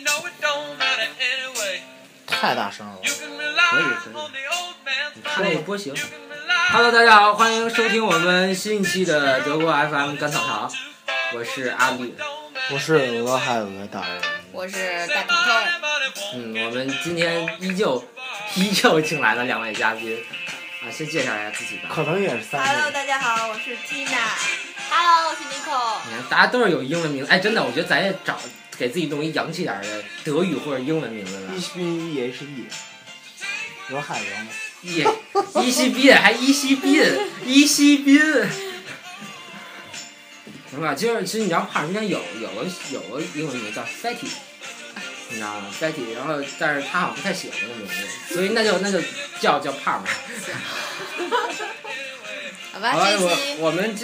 太大声了，可以。 看那波形。Hello， 大家好，欢迎收听我们新一期的德国 FM 甘草堂，我是阿丽， 我是俄亥俄大人， 我是大头头。 我们今天依旧请来了两位嘉宾啊，先介绍一下自己吧。 可能也是三位。 Hello， 大家好，我是 Tina。Hello， 我是 Nico。 你看，大家都是有英文名，哎，真的，我觉得咱也找给自己弄一洋气点的德语或者英文名字吧。 EHE， 俄亥俄吗？ 伊西宾还伊西宾，是吧？其实你知道，帕尔之前有个英文名叫 Fatty， 你知道吗 ？Fatty， 然后但是他好像不太喜欢这个名字，所以那就叫帕尔嘛。 好吧， 我们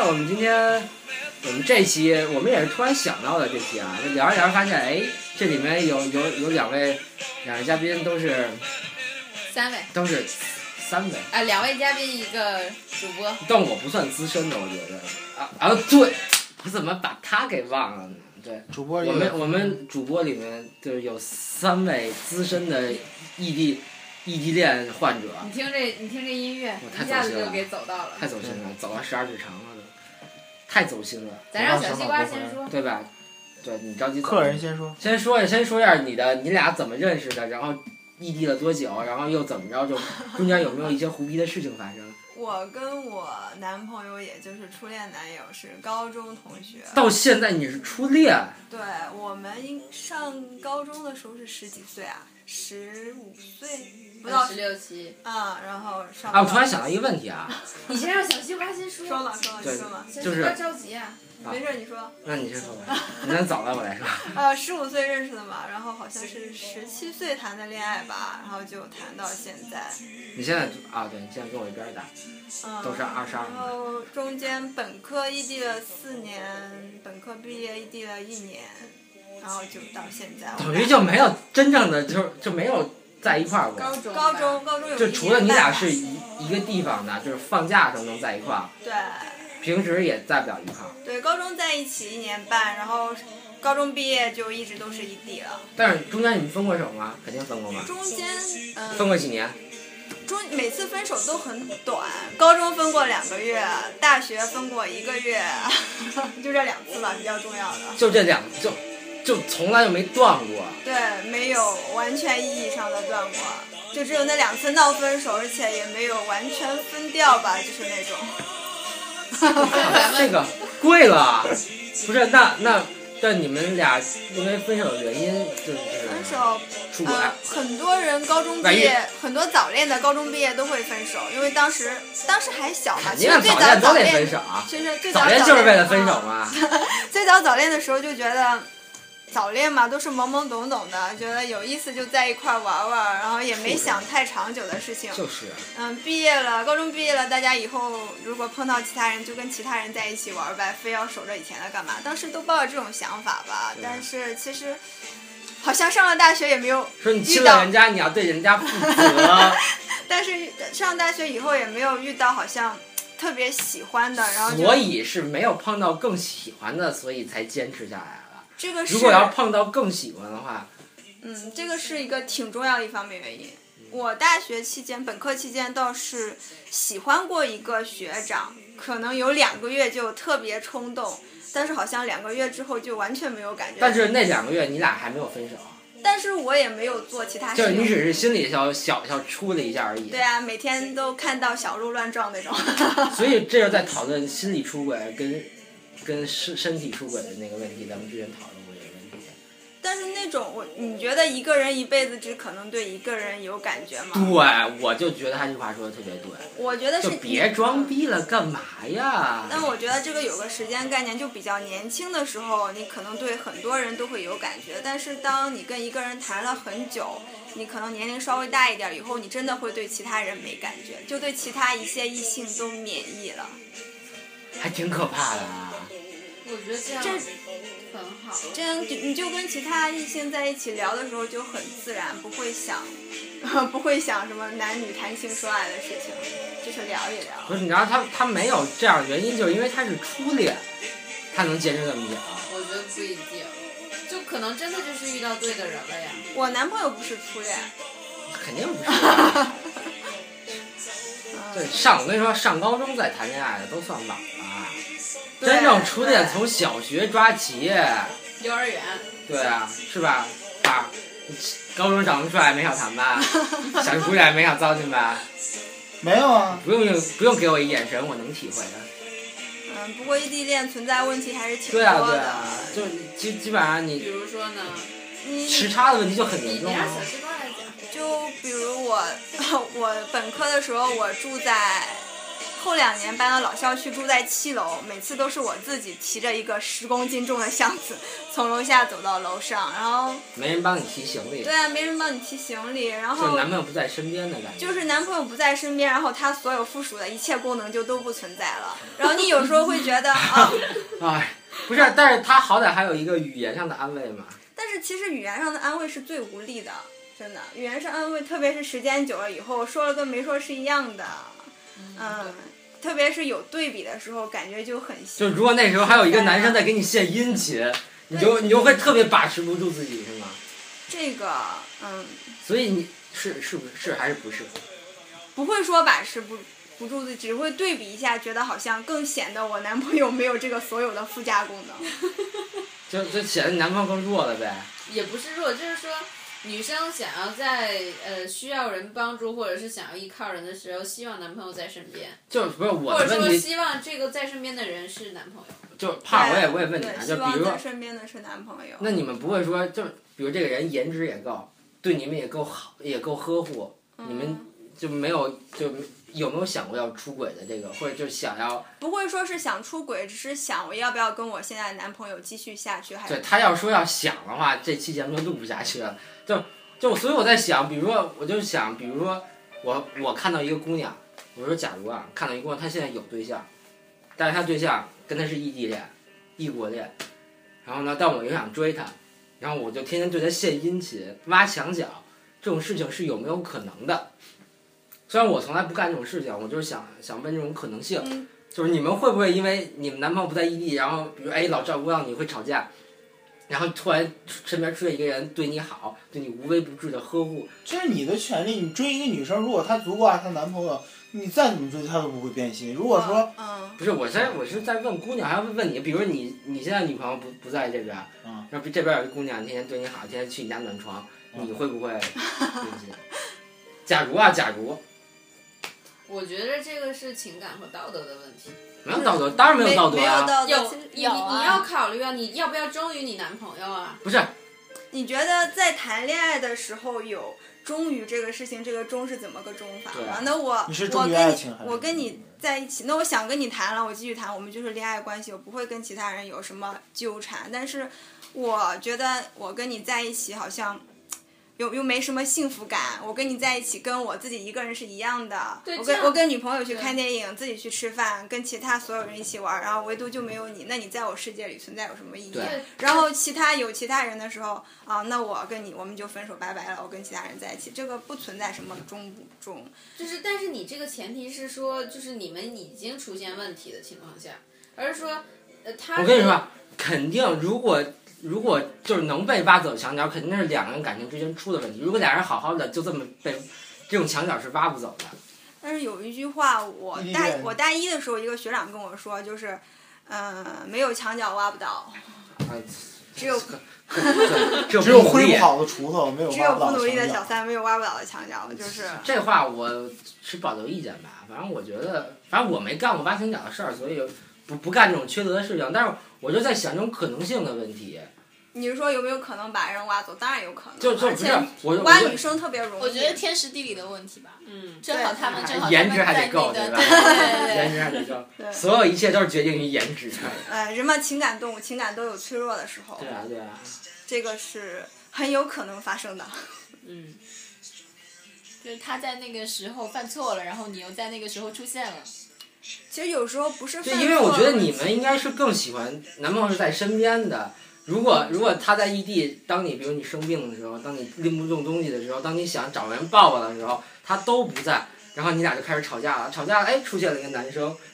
这期我们也是突然想到的这期啊，聊着聊着发现，哎，这里面有两位嘉宾都是三位啊，2位嘉宾一个主播， 但我不算资深的，我觉得对，我怎么把他给忘了呢？对， 主播我们主播里面就是有3位资深的异地恋患者。 你听这音乐，一下子就给走到了， 太走心了，走到12指肠了都，太走心了。 咱让小西瓜先说， 对吧？对，你着急走。 客人先说。 先说一下你俩怎么认识的，然后异地了多久，然后又怎么着，就中间有没有一些胡逼的事情发生？ 我跟我男朋友，也就是初恋男友，是高中同学。 到现在你是初恋？ 对，我们上高中的时候是10几岁啊，15岁，不到 16、17。 然后上。 我突然想到一个问题啊。 你先让小西瓜先说。 说了， 对， 你说嘛。 就是。 不要着急啊。 没事，你说。 那你先说吧，你先早了我来说。 15岁认识的嘛，然后好像是17岁谈的恋爱吧，然后就谈到现在。 你现在对，你现在跟我一边打，都是22。 然后中间本科异地了4年，本科毕业异地了1年，然后就到现在。 等于就没有真正的就没有在一块儿过。 高中有。 就除了你俩是一个地方的，就是放假的时候能在一块儿。 对。 平时也在不了一块儿。 对，高中在一起1年半，然后高中毕业就一直都是异地了。 但是中间你们分过手吗？肯定分过吗？ 中间分过几年？ 每次分手都很短，高中分过2个月，大学分过1个月，就这2次吧，比较重要的。 就这2就从来就没断过。 对，没有完全意义上的断过，就只有那2次闹分手，而且也没有完全分掉吧，就是那种。 这个贵了，不是？那你们俩因为分手的原因就是分手出轨。 很多人高中毕业，很多早恋的高中毕业都会分手，因为当时还小嘛。其实最早都得分手。 其实最早恋就是为了分手嘛。 最早恋的时候就觉得。早恋嘛，都是懵懵懂懂的，觉得有意思就在一块玩玩，然后也没想太长久的事情。 就是。 毕业了，高中毕业了，大家以后如果碰到其他人，就跟其他人在一起玩呗，非要守着以前的干嘛？当时都抱着这种想法吧，但是其实好像上了大学也没有。 说你亲了人家，你要对人家负责。 但是上大学以后也没有遇到好像特别喜欢的，然后所以是没有碰到更喜欢的，所以才坚持下来。 这个是， 如果要碰到更喜欢的话， 这个是一个挺重要的一方面原因。我大学期间、本科期间倒是喜欢过一个学长，可能有2个月就特别冲动，但是好像2个月之后就完全没有感觉。 但是那2个月你俩还没有分手。 但是我也没有做其他事情。 就是你只是心里小出了一下而已。 对啊，每天都看到小鹿乱撞那种。 所以这是在讨论心理出轨跟身体出轨的那个问题，咱们之前讨论过这个问题。 但是那种你觉得一个人一辈子只可能对一个人有感觉吗？ 对，我就觉得他这句话说的特别对。 我觉得是。 就别装逼了，干嘛呀？ 但我觉得这个有个时间概念，就比较年轻的时候，你可能对很多人都会有感觉，但是当你跟一个人谈了很久，你可能年龄稍微大一点以后，你真的会对其他人没感觉，就对其他一些异性都免疫了。 还挺可怕的啊！ 我觉得这样很好， 这样你就跟其他异性在一起聊的时候就很自然，不会想什么男女谈情说爱的事情，就是聊一聊。 不是，你知道他没有这样的原因，就是因为他是初恋，他能坚持这么久。 我觉得不一定，就可能真的就是遇到对的人了呀。 我男朋友不是初恋。 肯定不是。对，我跟你说，上高中再谈恋爱的都算晚了，真正初恋从小学抓起。 幼儿园。 对啊，是吧？啊，高中长得帅没少谈吧？小姑娘没少糟践吧？ 没有啊。 不用给我一眼神，我能体会的。 不过异地恋存在问题还是挺多的。 对啊，对啊，就基本上你。 比如说呢？ 时差的问题就很严重。 你让小西瓜来讲。 就比如我本科的时候，我住在后2年搬到老校区，住在7楼，每次都是我自己提着一个10公斤重的箱子从楼下走到楼上，然后没人帮你提行李。 对啊，没人帮你提行李，然后就是男朋友不在身边的感觉。 就是男朋友不在身边，然后他所有附属的一切功能就都不存在了，然后你有时候会觉得哎，不是，但是他好歹还有一个语言上的安慰嘛。 但是其实语言上的安慰是最无力的，真的，语言上安慰，特别是时间久了以后，说了跟没说是一样的。特别是有对比的时候，感觉就很就如果那时候还有一个男生在给你献殷勤，你就会特别把持不住自己，是吗？ 这个所以你是不是还是不是？ 不会说把持不住自己，只会对比一下，觉得好像更显得我男朋友没有这个所有的附加功能。 就显得你男朋友更弱了呗？ 也不是弱，就是说。女生想要在需要人帮助或者是想要依靠人的时候，希望男朋友在身边。 就不是我的问题。 或者说希望这个在身边的人是男朋友。 就怕我也问你啊，就比如说在身边的是男朋友。 那你们不会说，就比如这个人颜值也够，对你们也够好，也够呵护，你们就没有有没有想过要出轨的这个，或者就想要？ 不会说是想出轨，只是想我要不要跟我现在的男朋友继续下去，还是？ 对，他要说要想的话，这期节目就录不下去了。所以我在想，比如说，我就想，比如说，我看到一个姑娘，我说假如啊，看到一个姑娘，她现在有对象，但是她对象跟她是异地恋、异国恋，然后呢，但我又想追她，然后我就天天对她献殷勤、挖墙脚，这种事情是有没有可能的？虽然我从来不干这种事情，我就是想问这种可能性，就是你们会不会因为你们男朋友不在异地，然后比如老照顾到你会吵架？然后突然身边出现一个人对你好，对你无微不至的呵护， 这是你的权利。你追一个女生，如果她足够爱她男朋友，你再怎么追她都不会变心。如果说， 不是我是在问姑娘，还要问你，比如你现在女朋友不在这边，然后这边有一姑娘天天对你好，天天去你家暖床，你会不会变心？假如， 我觉得这个是情感和道德的问题。 没有道德，当然没有道德啊。 你要考虑啊，你要不要忠于你男朋友啊？ 不是， 你觉得在谈恋爱的时候有忠于这个事情，这个忠是怎么个忠法呢？那我跟你在一起，那我想跟你谈了，我继续谈，我们就是恋爱关系，我不会跟其他人有什么纠缠。但是我觉得我跟你在一起好像又没什么幸福感，我跟你在一起跟我自己一个人是一样的。我跟女朋友去看电影，自己去吃饭，跟其他所有人一起玩，然后唯独就没有你，那你在我世界里存在有什么意义？然后有其他人的时候那我跟你我们就分手拜拜了，我跟其他人在一起，这个不存在什么忠不忠。 但是你这个前提是说，就是你们已经出现问题的情况下，而是说我跟你说，肯定如果就是能被挖走墙角，肯定是两个人感情之间出的问题。如果俩人好好的，就这么被这种墙角是挖不走的。 但是有一句话，我大一的时候，一个学长跟我说，就是没有墙角挖不倒，只有挥不好的锄头，没有只有不努力的小三，没有挖不倒的墙角，就是这话我持保留意见吧。反正我觉得，反正我没干过挖墙角的事儿，所以不干这种缺德的事情。但是我就在想这种可能性的问题。 你是说有没有可能把人挖走？当然有可能。 就不是挖女生特别容易。 我觉得天时地利的问题吧。正好他们颜值还得够，对吧？颜值还得够，所有一切都是决定于颜值。 人嘛，情感动物，情感都有脆弱的时候。 对啊。 这个是很有可能发生的。 就是他在那个时候犯错了，然后你又在那个时候出现了。 其实有时候不是犯错。 因为我觉得你们应该是更喜欢男朋友是在身边的。如果他在异地，当你比如你生病的时候，当你拎不动东西的时候，当你想找人抱抱的时候，他都不在，然后你俩就开始吵架了。吵架了，出现了一个男生，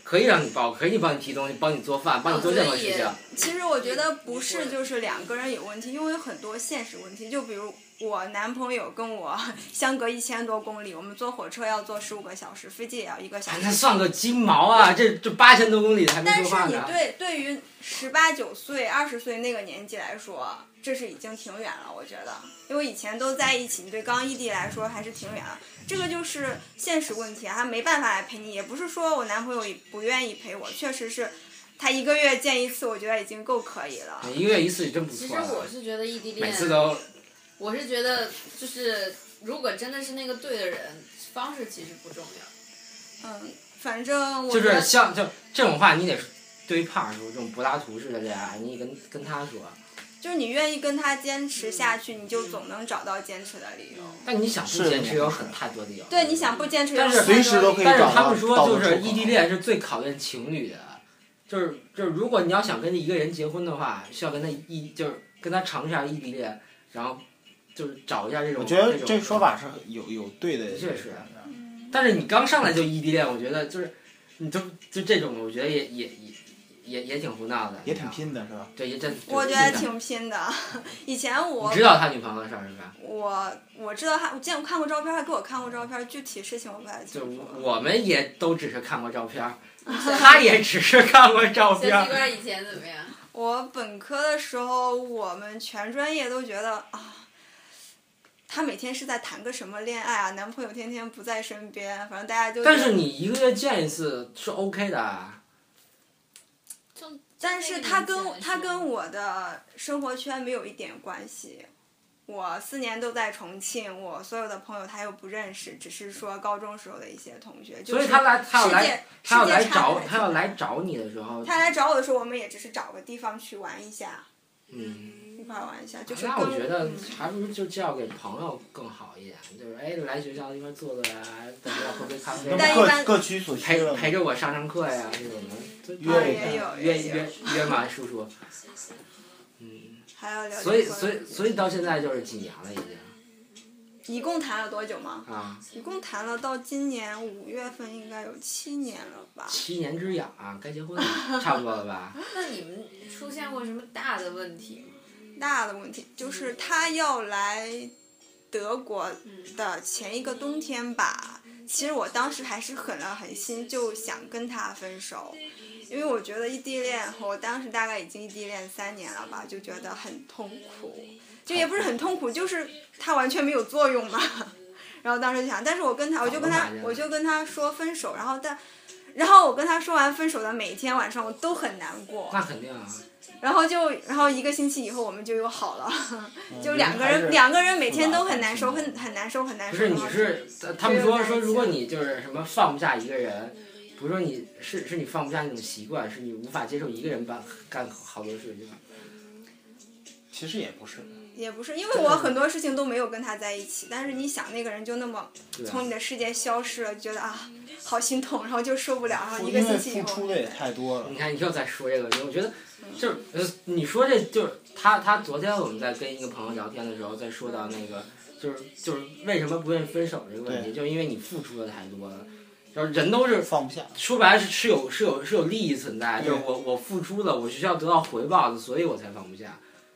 可以让你抱，可以帮你提东西，帮你做饭，帮你做任何事情。 其实我觉得不是，就是两个人有问题，因为有很多现实问题。就比如我男朋友跟我相隔1000多公里，我们坐火车要坐15个小时，飞机也要1个小时。 那算个鸡毛啊！这8000多公里还没但是说话呢。 你对于18、9岁、20岁那个年纪来说，这是已经挺远了，我觉得。因为以前都在一起，你对刚异地来说还是挺远了。这个就是现实问题啊，他没办法来陪你，也不是说我男朋友不愿意陪我，确实是。他1个月见1次，我觉得已经够可以了。 1个月1次真不错。 其实我是觉得异地恋， 每次都。 我是觉得就是如果真的是那个对的人，方式其实不重要。 反正我就是像就这种话，你得对于胖说，这种柏拉图式的恋爱，你跟他说。 就是你愿意跟他坚持下去，你就总能找到坚持的理由。 但你想不坚持有太多理由。 对，你想不坚持有但是随时都可以找到。 但是他们说就是异地恋是最考验情侣的，就是如果你要想跟一个人结婚的话，需要跟他就是跟他尝试一下异地恋，然后就是找一下这种。 我觉得这说法是有对的。 确实。但是你刚上来就异地恋，我觉得就是你就这种，我觉得也挺胡闹的， 也挺拼的是吧？ 对，也真。 我觉得挺拼的。以前我。 你知道他女朋友的事儿是吧？ 我知道他，我看过照片，还给我看过照片，具体事情我不太清楚。 就我们也都只是看过照片，他也只是看过照片。 小西瓜以前怎么样？ 我本科的时候，我们全专业都觉得啊。他每天是在谈个什么恋爱啊？男朋友天天不在身边，反正大家就。 但是你1个月见1次是 OK 的啊。 但是他跟我的生活圈没有一点关系。我4年都在重庆，我所有的朋友他又不认识，只是说高中时候的一些同学。 所以他要来找你的时候。 他来找我的时候，我们也只是找个地方去玩一下。一块玩一下，就是那我觉得还不如就介绍给朋友更好一点，就是来学校一块坐坐呀，大家喝杯咖啡。 各取所需。 陪着我上课呀，这种的。约嘛，叔叔。 还要聊。 所以到现在就是几年了已经。一共谈了多久吗？一共谈了到今年5月份，应该有7年了吧。 7年之痒啊，该结婚了，差不多了吧？ 那你们出现过什么大的问题吗？ 大的问题就是他要来德国的前一个冬天吧，其实我当时还是狠了狠心，就想跟他分手，因为我觉得异地恋，我当时大概已经异地恋3年了吧，就觉得很痛苦，就也不是很痛苦，就是他完全没有作用嘛。然后当时就想，但是我就跟他说分手，然后我跟他说完分手的每一天晚上，我都很难过。 那肯定啊。 然后1个星期以后我们就又好了，就两个人每天都很难受，很难受。 不是你是他们说如果你就是什么放不下一个人，不是说你是你放不下那种习惯，是你无法接受一个人干好多事情。 其实也不是。 也不是，因为我很多事情都没有跟他在一起，但是你想那个人就那么从你的世界消失了，觉得啊好心痛，然后就受不了，然后1个星期以后。 付出的也太多了。 你看你又在说这个，我觉得就是你说这就是他昨天我们在跟一个朋友聊天的时候，在说到那个就是为什么不愿意分手这个问题，就是因为你付出的太多了。然后人都是放不下， 说白了是有利益存在，就是我付出了，我是需要得到回报的，所以我才放不下。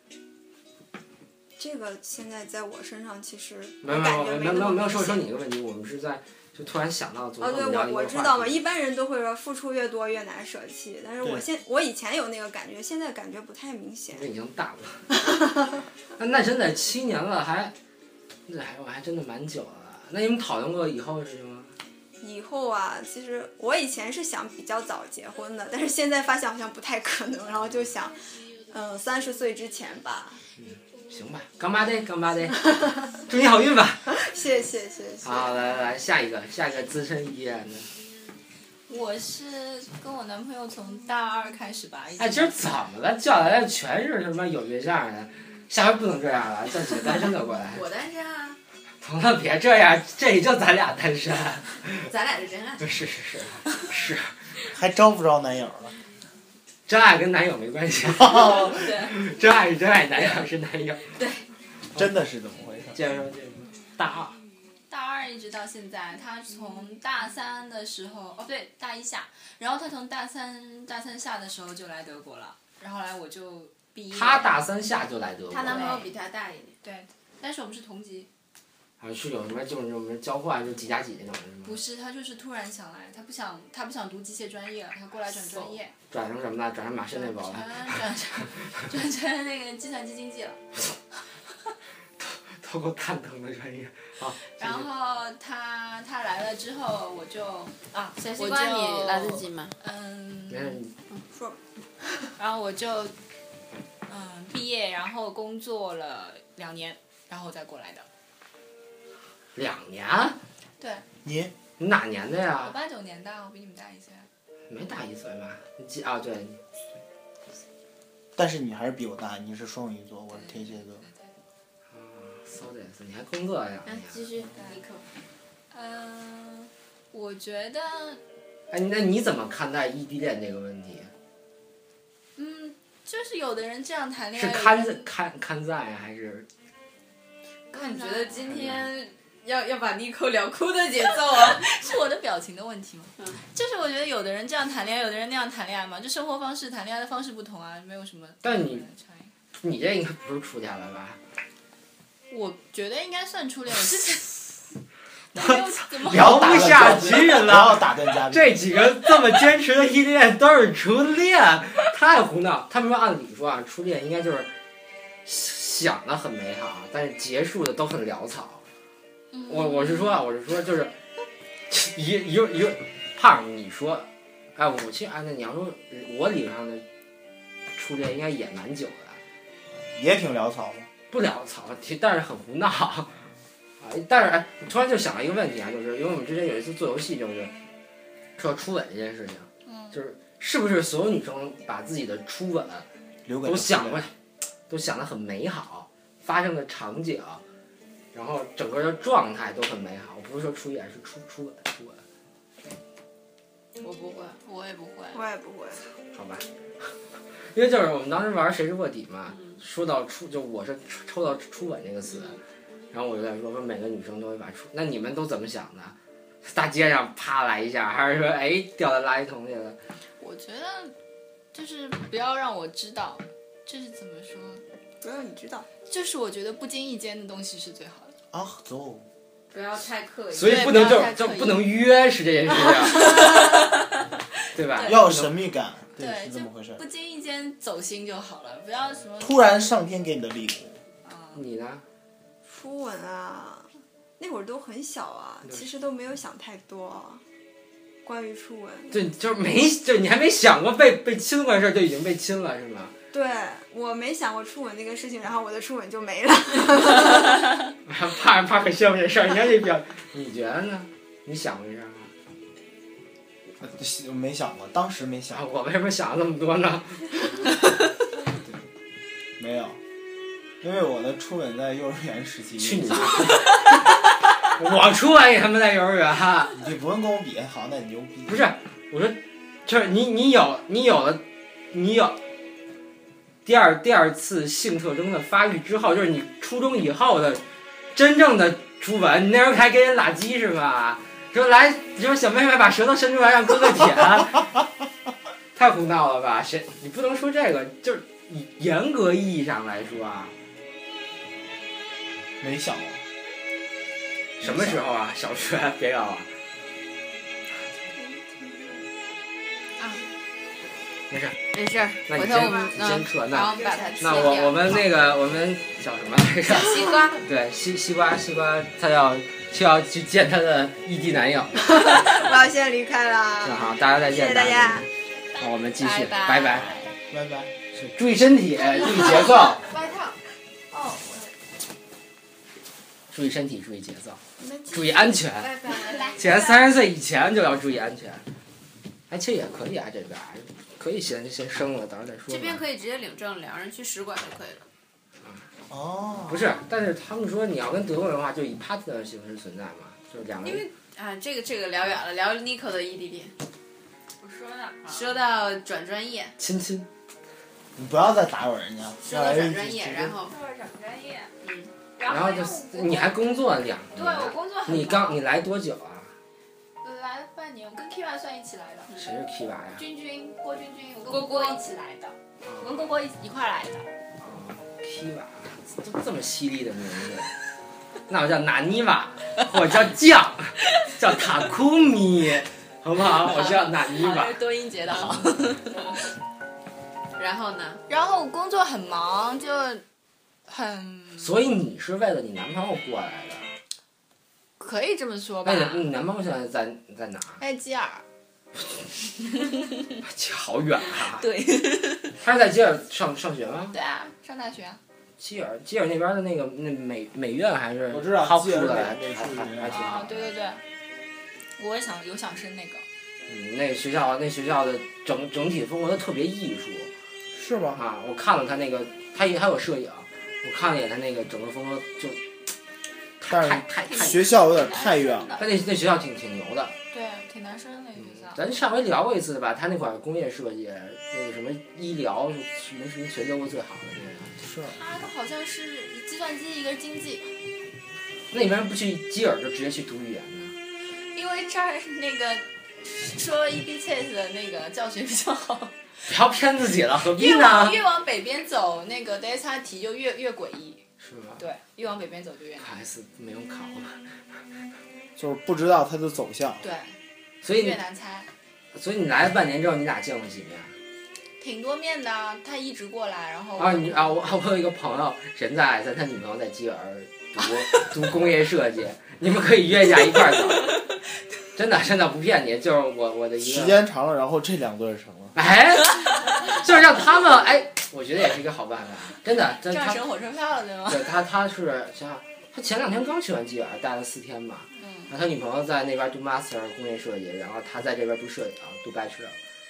这个现在在我身上其实没有说你的问题，我们是在就突然想到昨天我们聊的一个话题。 我知道嘛，一般人都会说付出越多越难舍弃，但是我以前有那个感觉，现在感觉不太明显。 这已经大了。那真的7年了，还真的蛮久了。那你们讨论过以后的事情吗？ 以后啊，其实我以前是想比较早结婚的，但是现在发现好像不太可能，然后就想，30岁之前吧。 行吧，干巴的，祝你好运吧。 谢谢。 好，来下一个资深异地恋的。 我是跟我男朋友从大2开始吧。 哎，今儿怎么了？叫来的全是他妈有对象的，下回不能这样了，叫几个单身的过来。 我单身啊。 彤彤别这样，这里就咱俩单身。 咱俩是真爱。 是。 还招不招男友了？ 真爱跟男友没关系。 对。 真爱是真爱，男友是男友。 对。 真的是怎么回事？ 接着说，大2。 大2 一直到现在，他从大3的时候，哦对，大1下，然后他从大三下的时候就来德国了，然后后来我就毕业。 他大3下就来德国。 她男朋友比她大一点。 对，但是我们是同级。 是有什么就是什么交换就几加几那种是吗？ 不是，他就是突然想来，他不想读机械专业了，他过来转专业。 转成什么呢？转成马士内堡了。 转成那个计算机经济了。 透过蛋疼的专业。好。 然后他来了之后，我就小西瓜，你来得及吗？ 没事。 说。 然后我就毕业，然后工作了2年，然后再过来的。 2年？ 对。 你哪年的呀？ 我89年的，我比你们大1岁。 没大1岁吧？对。 但是你还是比我大，你是双鱼座，我是天蝎座。 そうです，你还工作了2年。 继续，尼克。 我觉得。 哎，那你怎么看待异地恋这个问题？ 就是有的人这样谈恋爱。 是看在还是？ 你觉得今天要把尼克聊哭的节奏啊？ 是我的表情的问题吗？就是我觉得有的人这样谈恋爱，有的人那样谈恋爱嘛，就生活方式、谈恋爱的方式不同啊，没有什么。 但你这应该不是初恋了吧？ 我觉得应该算初恋，我之前。 聊不下去了， 打断嘉宾。 这几个这么坚持的异地恋都是初恋，太胡闹。他们说按理说啊，初恋应该就是想的很美好，但是结束的都很潦草。我是说就是一个胖，你说，哎，我其实按照你要说，我理论上的初恋应该也蛮久的， 也挺潦草的。 不潦草，但是很胡闹。但是哎，我突然就想了一个问题啊，就是因为我们之前有一次做游戏，就是说初吻这件事情，是不是所有女生把自己的初吻都想得很美好，发生的场景，然后整个的状态都很美好。我不是说初恋，是初吻。 我不会， 我也不会， 我也不会。 好吧，因为就是我们当时玩谁是卧底嘛，说到就我是抽到初吻这个词。然后我就在说每个女生都会把那你们都怎么想的？大街上啪来一下，还是说掉在垃圾桶里了？ 我觉得就是不要让我知道，这是怎么说？ 不要你知道， 就是我觉得不经意间的东西是最好的。 啊，走。 不要太刻意。 所以不能就不能约是这件事情，对吧？ 要有神秘感， 对， 是这么回事。 不经意间走心就好了，不要什么突然上天给你的礼物。 你呢？ 初吻啊，那会儿都很小啊，其实都没有想太多。关于初吻， 对，就是你还没想过被亲过的事儿，就已经被亲了是吗？ 对，我没想过初吻那个事情，然后我的初吻就没了。 怕很羡慕这事儿，你看这表，你觉得呢？你想过这事儿吗？ 没想过，当时没想过。 我为什么想了那么多呢？ 没有。因为我的初吻在幼儿园时期。 去你妈！我初吻也他妈在幼儿园。 你不用跟我比，好，那你牛逼。 不是，我说，就是你有第二次性特征的发育之后，就是你初中以后的真正的初吻，你那时候还跟人拉鸡是吧？说来，说小妹妹把舌头伸出来让哥哥舔，太胡闹了吧？你不能说这个，就是以严格意义上来说啊。 没想过。 什么时候啊？小学别搞啊！没事。那你先撤。那我们那个我们叫什么来着？ 西瓜。 对，西瓜，他要去见他的异地男友。 我要先离开了。 那好，大家再见。 谢谢大家。 好，我们继续，拜拜。注意身体，注意节奏。 外套。哦。 注意身体，注意节奏，注意安全。 拜拜。 既然30岁以前就要注意安全。哎，其实也可以啊，这边可以先生了，到时候再说。 这边可以直接领证，两人去使馆就可以了。 哦。 不是，但是他们说你要跟德国人的话，就以 partner 的形式存在嘛，就是两个人。 因为这个聊远了，聊 Nico 的异地恋。 我说到转专业。 亲。 你不要再打扰人家。 说到转专业，然后。 说到转专业。 然后就你还工作2年， 对我工作很你来多久啊？ 来了半年，我跟 Kiva 算一起来的。 谁是 Kiva 呀？ 郭君君，我跟郭郭一起来的，我跟郭郭一块来的。 Kiva， 这么犀利的名字，那我叫纳尼瓦，我叫酱，叫塔库米，好不好？我叫纳尼瓦。 多音节的好。 然后呢？ 然后工作很忙，就很。 所以你是为了你男朋友过来的？ 可以这么说吧。 你男朋友现在在哪？ 在基尔。 好远啊！ 对。 他是在基尔上学吗？ 对啊，上大学。 基尔那边的那美院还是我知道好出的， 还挺好。 对，我也想申那个。 那学校的整体风格都特别艺术。 是吗？ 啊，我看了他那个，他还有摄影，我看了一眼他那个整个风格就。 但是学校有点太远了。 他那学校挺牛的。 对，挺难升的那个学校。 咱上回聊过一次吧，他那块工业设计，那个什么医疗什么全德国最好的那个。 是。 他好像是计算机，一个是经济。 那你为什么不去基尔就直接去读语言呢？ 因为这儿那个说 EBTS 的那个教学比较好。 不要骗自己了，何必呢？ 越往北边走，那个 DSA 题就越诡异。 是吗？ 对，越往北边走就越难。 还是没有考了。 就是不知道它的走向。 对。 所以越难猜。 所以你来了半年之后，你俩见过几面？ 挺多面的，他一直过来，然后。 我有一个朋友，人在他女朋友在基尔读工业设计，你们可以约一下一块儿走。真的不骗你，就是我的一个。 时间长了，然后这2对成了。 哎，就是让他们我觉得也是一个好办法，真的。 这样省火车票了，对吗？ 对他是像他前2天刚去完基尔，待了4天嘛。然后他女朋友在那边读 master 工业设计，然后他在这边读摄影，读 bachelor。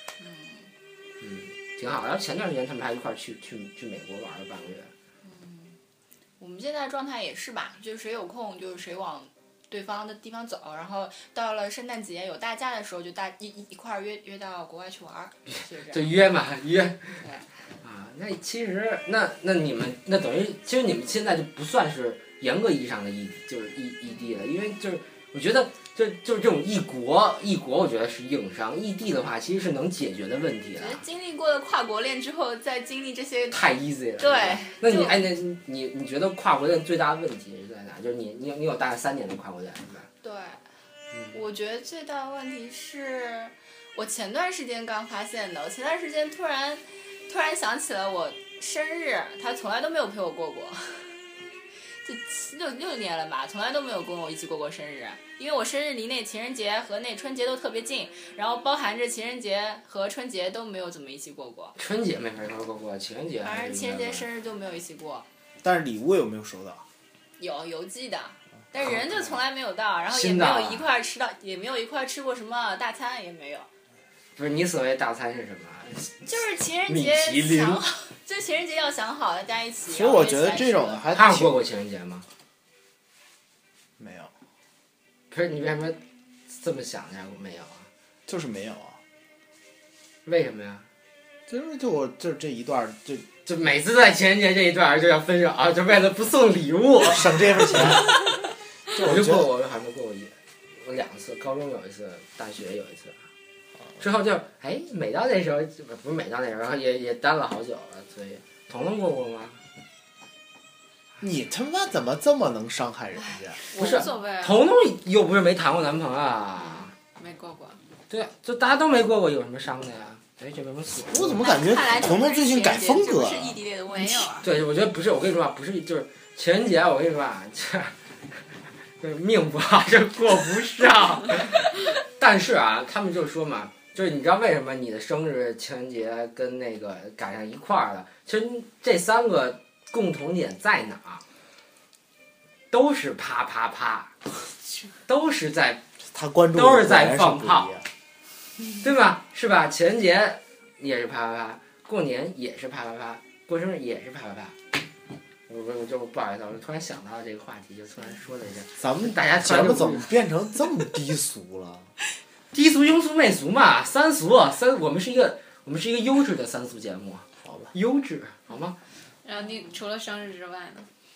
挺好。然后前段时间他们还一块儿去美国玩了半个月。 我们现在状态也是吧，就是谁有空就是谁往对方的地方走，然后到了圣诞节有大假的时候就一块儿约到国外去玩， 就约嘛约。对。那其实那你们那等于其实你们现在就不算是严格意义上的异地了，因为就是我觉得就是这种异国，我觉得是硬伤。异地的话，其实是能解决的问题了。 经历过了跨国恋之后，再经历这些太 easy 了。 对。 那你觉得跨国恋最大的问题是在哪？就是你有大概3年的跨国恋是吧？ 对。我觉得最大的问题是我前段时间刚发现的，我前段时间突然想起了我生日，他从来都没有陪我过过。就6年了吧，从来都没有跟我一起过过生日，因为我生日离那情人节和那春节都特别近，然后包含着情人节和春节都没有怎么一起过过。 春节没法过，情人节。 反正情人节生日就没有一起过。 但是礼物有没有收到？ 有邮寄的，但人就从来没有到，然后也没有一块吃到，也没有一块吃过什么大餐，也没有。 不是你所谓大餐是什么？ 就是情人节想好，就情人节要想好大家一起。 其实我觉得这种还他过过情人节吗？ 没有。 不是你为什么这么想呀？没有啊。 就是没有啊。 为什么呀？ 就是这一段就每次在情人节这一段就要分手啊，就为了不送礼物， 省这份钱。 我还没过过我2次，高中有一次，大学有一次。之后就每到那时候不是每到那时候也单了好久了，所以彤彤过过吗？ 你他妈怎么这么能伤害人家？ 不是，彤彤又不是没谈过男朋友啊。 没过过。 对，就大家都没过过，有什么伤的呀？这没什么死。 我怎么感觉彤彤最近改风格了？ 是异地恋的问题。 对，我觉得不是，我跟你说啊，不是，就是情人节，我跟你说啊，这命不好就过不上。但是啊，他们就说嘛。就是你知道为什么你的生日、情人节跟那个赶上一块儿了？其实这3个共同点在哪？都是啪啪啪，都是在都是在放炮，对吧？是吧？情人节也是啪啪啪，过年也是啪啪啪，过生日也是啪啪啪。我就不好意思，我突然想到这个话题，就突然说了一下。 咱们大家节目怎么变成这么低俗了？ 低俗、庸俗、媚俗嘛，三俗。我们是一个优质的3俗节目， 好吧？ 优质，好吗？ 然后你除了生日之外呢？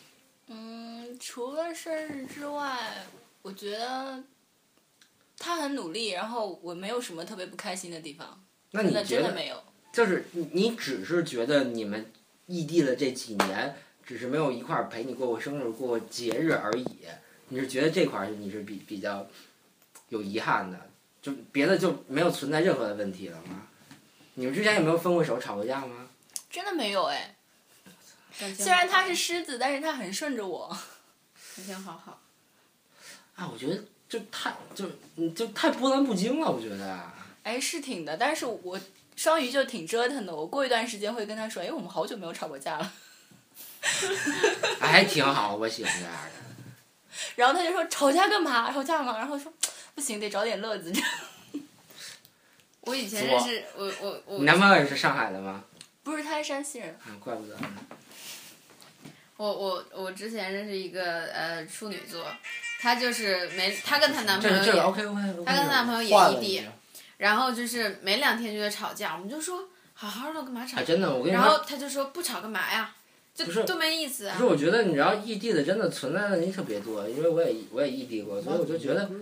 除了生日之外，我觉得他很努力，然后我没有什么特别不开心的地方。 那你觉得真的没有？ 就是你只是觉得你们异地了这几年，只是没有一块儿陪你过过生日、过过节日而已。你是觉得这块儿你是比较有遗憾的，就别的就没有存在任何的问题了吗？你们之前有没有分过手、吵过架吗？ 真的没有哎。虽然他是狮子，但是他很顺着我。 感情好好。 啊，我觉得就太波澜不惊了，我觉得。 哎，是挺的，但是我双鱼就挺折腾的。我过一段时间会跟他说，哎，我们好久没有吵过架了。 哎，还挺好，我喜欢这样的。 然后他就说吵架干嘛？吵架嘛。然后说不行，得找点乐子。 我以前认识我你男朋友也是上海的吗？ 不是，他是山西人。 怪不得。 我之前认识一个处女座，她就是她跟她男朋友这也， OK， 她跟她男朋友也异地，然后就是没2天就在吵架，我们就说好好的干嘛吵？ 真的，我跟你说。然后他就说不吵干嘛呀？就没意思啊。 不是，我觉得你知道异地的真的存在问题特别多，因为我也异地过，所以我就觉得，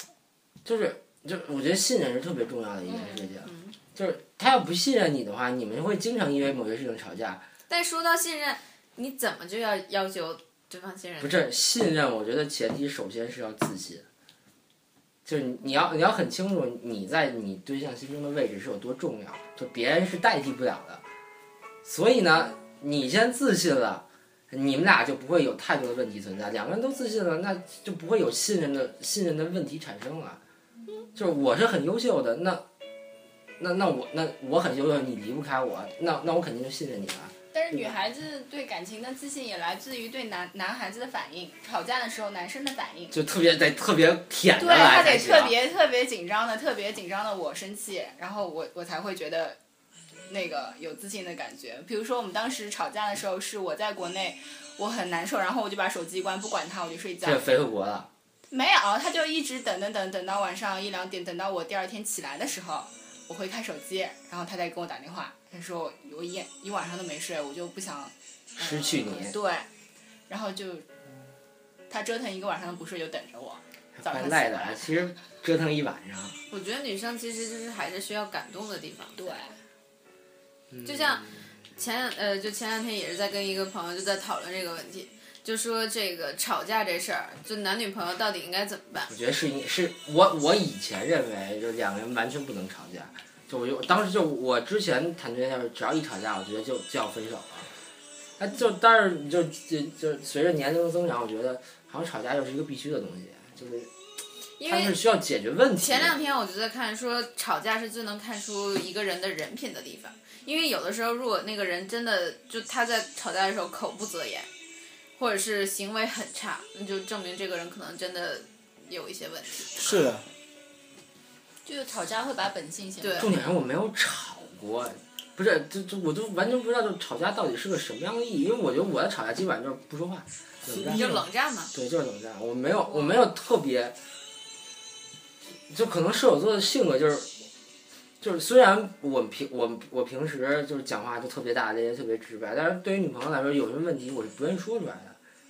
我觉得信任是特别重要的一件事情。就是他要不信任你的话，你们会经常因为某些事情吵架。 但说到信任，你怎么就要求对方信任？ 不是信任，我觉得前提首先是要自信，就是你要很清楚你在你对象心中的位置是有多重要，就别人是代替不了的。所以呢，你先自信了，你们俩就不会有太多的问题存在。2个人都自信了，那就不会有信任的问题产生了。就是我是很优秀的，那我很优秀，你离不开我，那我肯定就信任你了。 但是女孩子对感情的自信也来自于对男孩子的反应，吵架的时候男生的反应就特别舔着对，他得来才行。 特别紧张的我生气，然后我才会觉得那个有自信的感觉。比如说我们当时吵架的时候是我在国内，我很难受，然后我就把手机关，不管他，我就睡觉。 这飞回国了？ 没有，他就一直等到晚上1、2点，等到我第2天起来的时候，我会看手机，然后他再跟我打电话。他说我一晚上都没睡，我就不想失去你。 对，然后就他折腾1个晚上都不睡，就等着我。早上赖的，其实折腾1晚上。 我觉得女生其实就是还是需要感动的地方。 对。 就像前2天也是在跟一个朋友就在讨论这个问题，就说这个吵架这事儿，就男女朋友到底应该怎么办？ 我觉得是我以前认为就2个人完全不能吵架。当时我之前谈对象，只要一吵架，我觉得就要分手了。但是就随着年龄的增长，我觉得好像吵架又是一个必须的东西，就是它是需要解决问题。 前2天我就在看说，吵架是最能看出一个人的人品的地方，因为有的时候如果那个人真的就他在吵架的时候口不择言，或者是行为很差，那就证明这个人可能真的有一些问题。 是的。 就是吵架会把本性显露。 重点是我没有吵过，不是，我就完全不知道，就吵架到底是个什么样的意义。因为我觉得我的吵架基本上就是不说话， 就冷战嘛。 对，就是冷战。我没有特别，就可能射手座的性格就是虽然我平时就是讲话就特别大咧，特别直白，但是对于女朋友来说，有什么问题我是不愿意说出来的。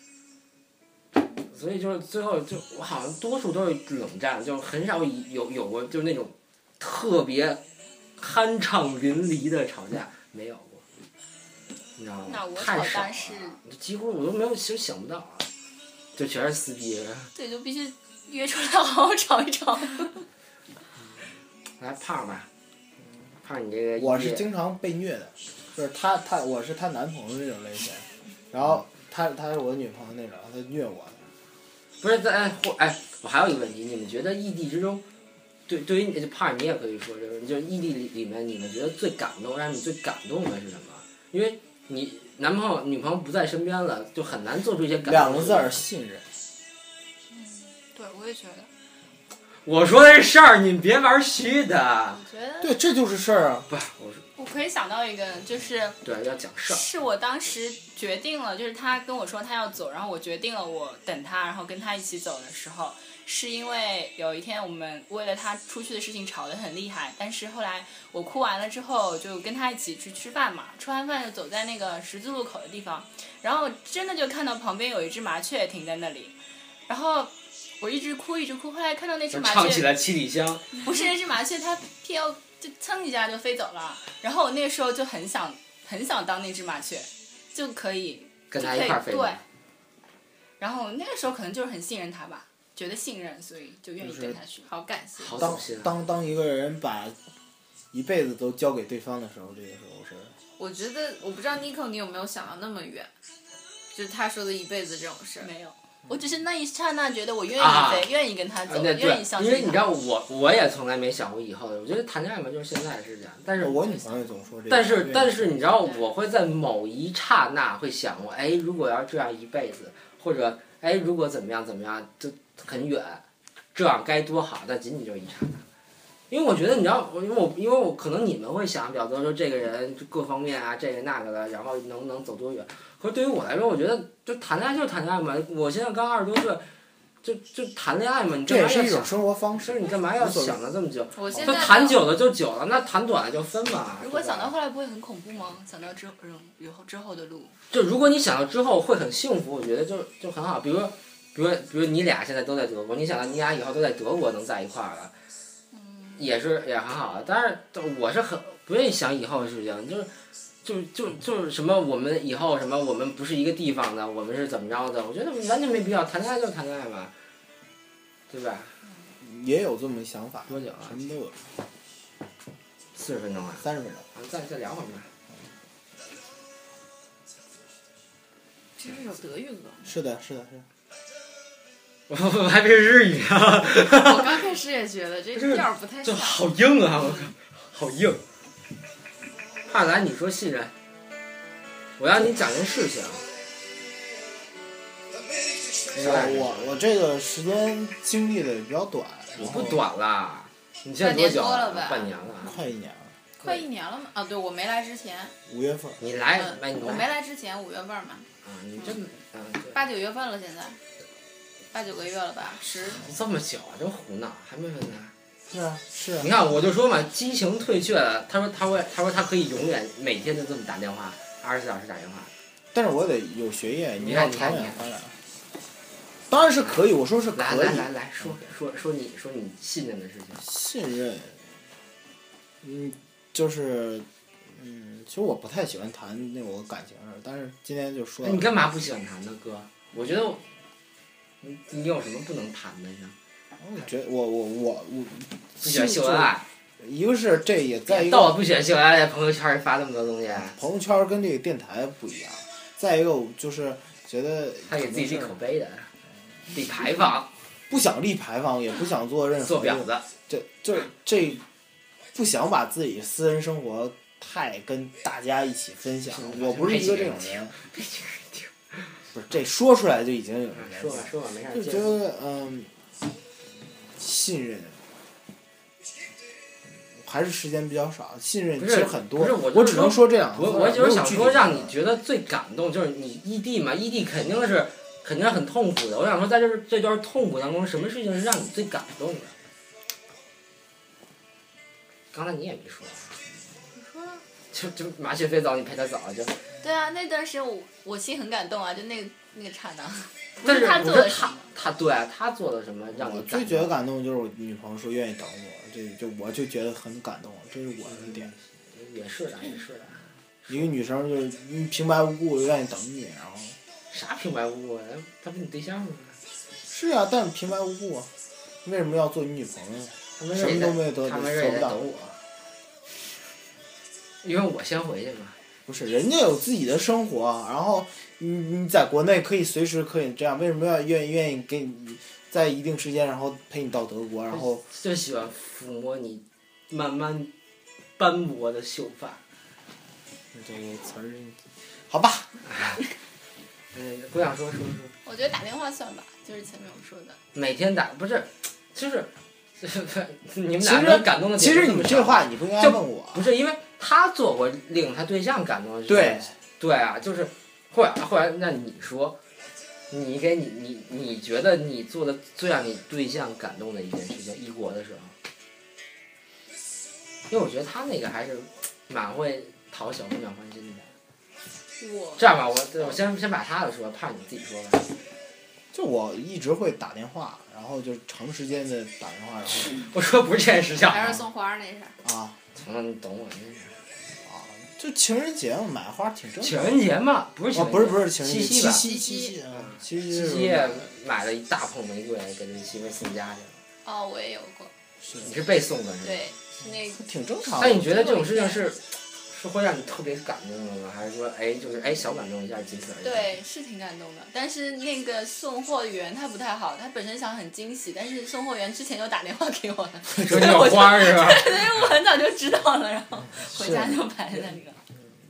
所以就是最后我好像多数都是冷战，就很少有过就是那种特别酣畅淋漓的吵架，没有过，你知道吗？ 那我太少了，几乎我都没有想不到啊，就全是撕逼。 对，就必须约出来好好吵一吵。 来胖吧，胖你这个。 我是经常被虐的，就是我是她男朋友那种类型，然后她是我女朋友那种，她虐我。 不是我还有一个问题，你们觉得异地之中，对于胖你也可以说这个，就是异地里面你们觉得最感动，让你最感动的是什么？因为你男朋友女朋友不在身边了，就很难做出一些感动。 2个字儿：信任。 对，我也觉得。 我说的是事儿，你别玩虚的。 我觉得。 对，这就是事儿啊。 不是我可以想到一个，就是对，要讲事儿。 是我当时决定了，就是他跟我说他要走，然后我决定了我等他，然后跟他一起走的时候，是因为有一天我们为了他出去的事情吵得很厉害，但是后来我哭完了之后，就跟他一起去吃饭嘛，吃完饭就走在那个十字路口的地方，然后真的就看到旁边有一只麻雀停在那里，然后我一直哭，后来看到那只麻雀唱起了七里香。 不是那只麻雀，它偏要就蹭一下就飞走了，然后我那时候就很想当那只麻雀，就可以跟他一块儿飞。 对。然后那个时候可能就是很信任他吧，觉得信任，所以就愿意跟他去。 好感谢。 好走心啊。 当一个人把一辈子都交给对方的时候，这个时候是。 我觉得我不知道 Nico 你有没有想到那么远，就是他说的一辈子这种事儿。 没有。我只是那一刹那觉得我愿意飞，愿意跟他走，愿意相信他。 因为你知道我也从来没想过以后的，我觉得谈恋爱嘛就是现在是这样，但是我女朋友总说这个。 但是你知道我会在某一刹那会想过，哎，如果要这样一辈子，或者哎如果怎么样就很远，这样该多好，但仅仅就一刹那。因为我觉得你知道，因为我可能你们会想比较多说这个人各方面啊这个那个的，然后能走多远。可是对于我来说，我觉得就谈恋爱就是谈恋爱嘛。我现在刚20多岁，就谈恋爱嘛。你这也是一种生活方式， 你干嘛要想了这么久？ 就谈久了就久了，那谈短了就分嘛。 如果想到后来不会很恐怖吗？想到之后的路。 就如果你想到之后会很幸福，我觉得就很好。比如你俩现在都在德国，你想到你俩以后都在德国能在一块儿了，也很好的。但是我是很不愿意想以后的事情，就是什么我们以后什么我们不是一个地方的，我们是怎么着的？我觉得完全没必要，谈恋爱就谈恋爱嘛，对吧？ 也有这么想法。 多久啊？ 什么都有。 40分钟啊。 30分钟。 再聊会儿吧。 这是首德语歌。 是的。 我还以为是日语啊！ 我刚开始也觉得这调不太像。 这好硬啊！我靠，好硬。帕兰，你说信任，我要你讲件事情。 我这个时间经历的也比较短。 你不短啦，你现在多久了？半年了。 快1年了。 快1年了吗？啊，对，我没来之前。 5月份。 你来， 我没来之前5月份嘛。 你真 8、9月份了，现在。8、9个月了吧？10。 这么久啊，真胡闹，还没分呢。 是啊。 你看，我就说嘛，激情退却了。他说他可以永远每天都这么打电话，24小时打电话。 但是我得有学业， 你看长远发展。当然是可以，我说是可以。 来说你信任的事情。 信任，就是其实我不太喜欢谈那种感情事，但是今天就说。 你干嘛不喜欢谈呢，哥？我觉得你有什么不能谈的呢？ 我觉得我不喜欢秀恩爱。 一个是这也在一个。 到我不喜欢秀恩爱，在朋友圈里发那么多东西。 朋友圈跟这个电台不一样，再一个就是觉得。 他给自己立口碑的，立牌坊。 不想立牌坊，也不想做任何。 做婊子。 这不想把自己私人生活太跟大家一起分享。我不是一个这种人。不是，这说出来就已经有人说吧，没事。 就觉得信任，还是时间比较少。信任其实很多。我只能说这两个。 我就是想说，让你觉得最感动，就是你异地嘛，异地肯定是很痛苦的。我想说，在这段痛苦当中，什么事情是让你最感动的？刚才你也没说。 你说了。 就麻雀飞走，你陪他走就。 对啊，那段时间我心很感动啊，就那个刹那。 但是他做的什么？ 他做了什么让你感动？ 我最觉得感动就是我女朋友说愿意等我，我就觉得很感动，这是我的点。 也是的。 一个女生就是平白无故愿意等你，然后。 啥平白无故啊？他不是你对象吗？ 是啊，但平白无故啊，为什么要做你女朋友？什么都没有得不到我。因为我先回去嘛。 不是，人家有自己的生活，然后你在国内可以随时可以这样，为什么要愿意给你在一定时间，然后陪你到德国，然后就喜欢抚摸你慢慢斑驳的秀发。 这个词儿，好吧。 不想说。 我觉得打电话算吧，就是前面我说的。 每天打不是，就是你们俩人感动的点。 其实你这话你不应该问我。 不是因为他做过令他对象感动的事情。 对对啊，就是后来那你说，你觉得你做的最让你对象感动的一件事情，异国的时候，因为我觉得他那个还是蛮会讨小姑娘欢心的。这样吧，我先把他的说，怕你自己说吧。 就我一直会打电话，然后就长时间的打电话，然后我说不是这件事情。 还是送花那事儿。 啊。 你懂我那是。 啊，就情人节嘛，买花挺正常。 情人节嘛，不是情人节。 不是情人节， 七夕吧。 七夕买了一大捧玫瑰给这媳妇送家去了。 哦，我也有过。 你是被送的是吧？ 对，是那个。 挺正常的。 但你觉得这种事情是会让你特别感动的吗？还是说，就是小感动一下，仅此而已？ 对，是挺感动的。但是那个送货员他不太好，他本身想很惊喜，但是送货员之前就打电话给我了， 说你有花是吧？ 所以我很早就知道了，然后回家就摆在那个。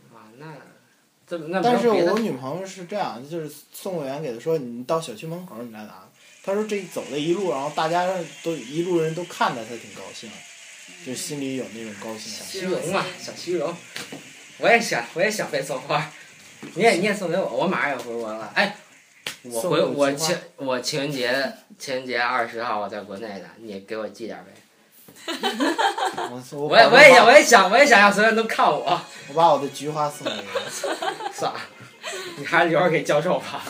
那但是我女朋友是这样，就是送货员给她说，你到小区门口你来拿。她说这走的一路，然后大家都一路人都看着她挺高兴，就心里有那种高兴。 小虚荣嘛，小虚荣。我也想被送花，你也送给我，我马上要回国了。哎，我情人节20号我在国内的，你给我寄点呗。我也想让所有人都看我。 我把我的菊花送给你。 算了，你还是留着给教授吧。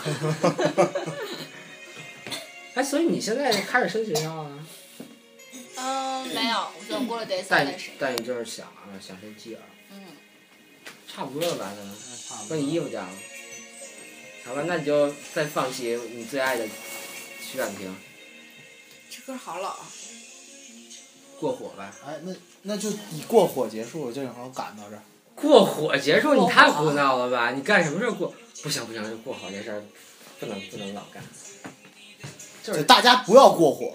哎，所以你现在开始升学校了？ 没有，我等过了得3再升。 但你就是想升继儿。差不多了吧，可能。把你衣服掉了。好吧，那你就再放弃你最爱的徐婉婷。 这歌好老。 过火吧。 哎，那就以过火结束，正好赶到这儿。 过火结束，你太胡闹了吧！你干什么事过？不行，这过好这事儿不能老干。 就是大家不要过火。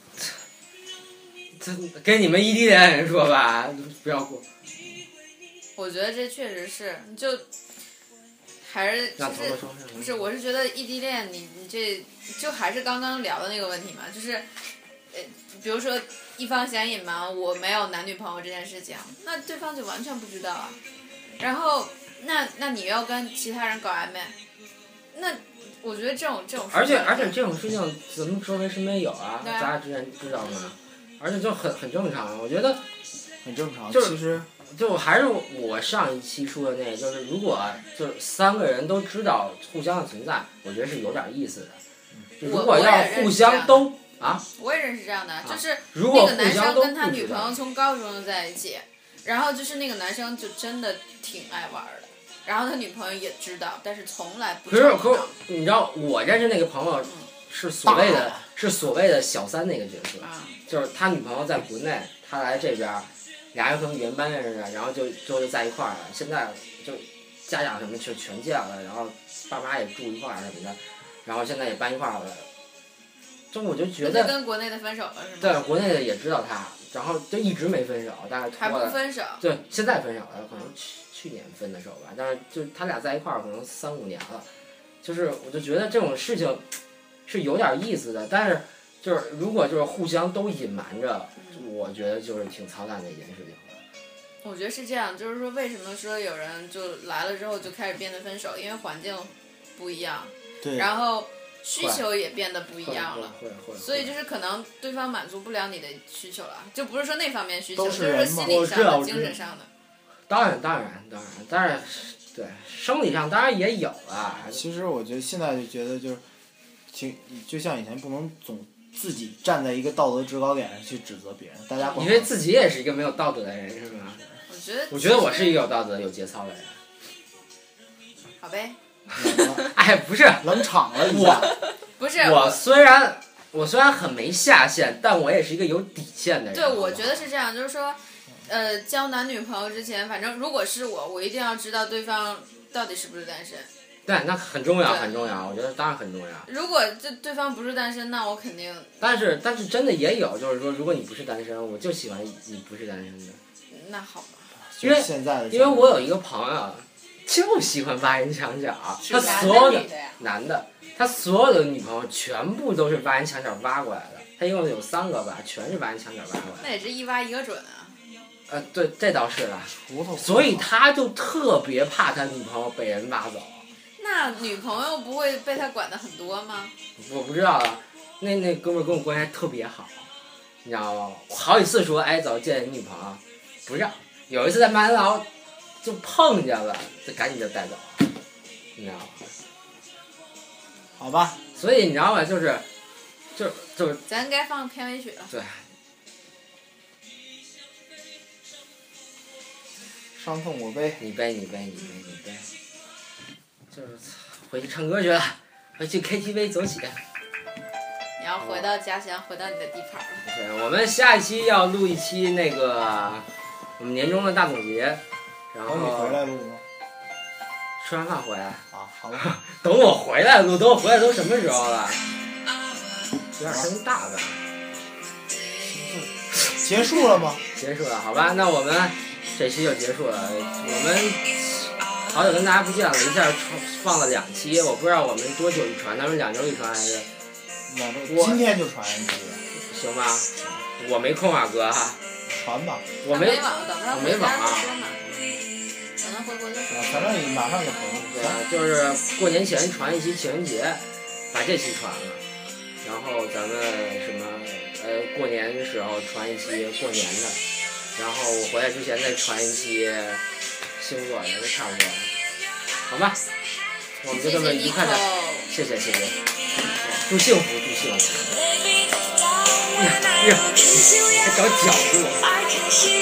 这跟你们异地恋人说吧，不要过。 我觉得这确实是，就还是就是不是？我是觉得异地恋，你这就还是刚刚聊的那个问题嘛，就是比如说一方想隐瞒我没有男女朋友这件事情，那对方就完全不知道啊。然后那你要跟其他人搞暧昧，那我觉得这种而且这种事情咱们周围身边有啊，咱俩之前知道吗？而且就很正常，我觉得很正常。 就是其实就还是我上一期说的那个，就是如果就是3个人都知道互相的存在，我觉得是有点意思的。如果要互相都我也认识这样的，就是如果那个男生跟他女朋友从高中就在一起，然后就是那个男生就真的挺爱玩的，然后他女朋友也知道，但是从来不知道。 可是你知道我认识那个朋友是所谓的小三那个角色，就是他女朋友在国内，他来这边，俩人可能原班认识的，然后就在一块儿了。现在就家长什么就全见了，然后爸妈也住一块儿什么的，然后现在也搬一块儿了。就我就觉得跟国内的分手了是吗？ 对，国内的也知道他，然后就一直没分手，但是还不分手。 对，现在分手了，可能去年分的手吧，但是就他俩在一块儿可能3、5年了，就是我就觉得这种事情是有点意思的，但是就是如果就是互相都隐瞒着，我觉得就是挺操蛋的一件事情。 我觉得是这样，就是说为什么说有人就来了之后就开始变得分手，因为环境不一样， 对， 然后需求也变得不一样了， 会所以就是可能对方满足不了你的需求了，就不是说那方面需求， 就是说心理上的、精神上的。 当然，但是对生理上当然也有了。 其实我觉得现在就觉得就像以前不能总自己站在一个道德制高点上去指责别人，大家因为自己也是一个没有道德的人，是吗？我觉得我是一个有道德、有节操的人。 好呗。 哎，不是冷场了一下。 不是我虽然很没下限，但我也是一个有底线的人。 对，我觉得是这样，就是说，交男女朋友之前，反正如果是我一定要知道对方到底是不是单身。 对，那很重要，很重要，我觉得当然很重要。 如果对方不是单身，那我肯定。 但是真的也有，就是说，如果你不是单身，我就喜欢你不是单身的。 那好吧。 因为我有一个朋友，就喜欢挖人墙角，他所有的男的，他所有的女朋友全部都是挖人墙角挖过来的。他一共有3个吧，全是挖人墙角挖过来的。 那也是一挖一个准啊。 对，这倒是的。 骨头。 所以他就特别怕他女朋友被人挖走。 那女朋友不会被他管的很多吗？ 我不知道啊，那哥们儿跟我关系还特别好，你知道吗？我好几次说，哎，走见你女朋友，不让。有一次在麦当劳就碰见了，就赶紧就带走了，你知道吗？ 好吧。 所以你知道吗？就是咱该放片尾曲了。 对。 伤痛我背。 你背。就是回去唱歌去了，回去 KTV 走起。 你要回到家乡，回到你的地盘了。 对，我们下一期要录一期那个我们年终的大总结，然后等你回来录吗？ 吃完饭回来。 啊，好吧。 等我回来录，等我回来都什么时候了？有点声音大吧？ 结束了吗？ 结束了，好吧，那我们这期就结束了。我们好久跟大家不见了，一下放了2期，我不知道我们多久一传，他们2周一传还是 2周？今天就传一期。 行吧，我没空啊，哥。 传吧。 我没网，等着他回家再说嘛。等他回国再说。 反正你马上就回。 对啊，就是过年前传一期情人节，把这期传了，然后咱们什么过年的时候传一期过年的，然后我回来之前再传一期星座的，就差不多了，好吧？我们就这么愉快的，谢谢，祝幸福，祝幸福。呀，还找角度。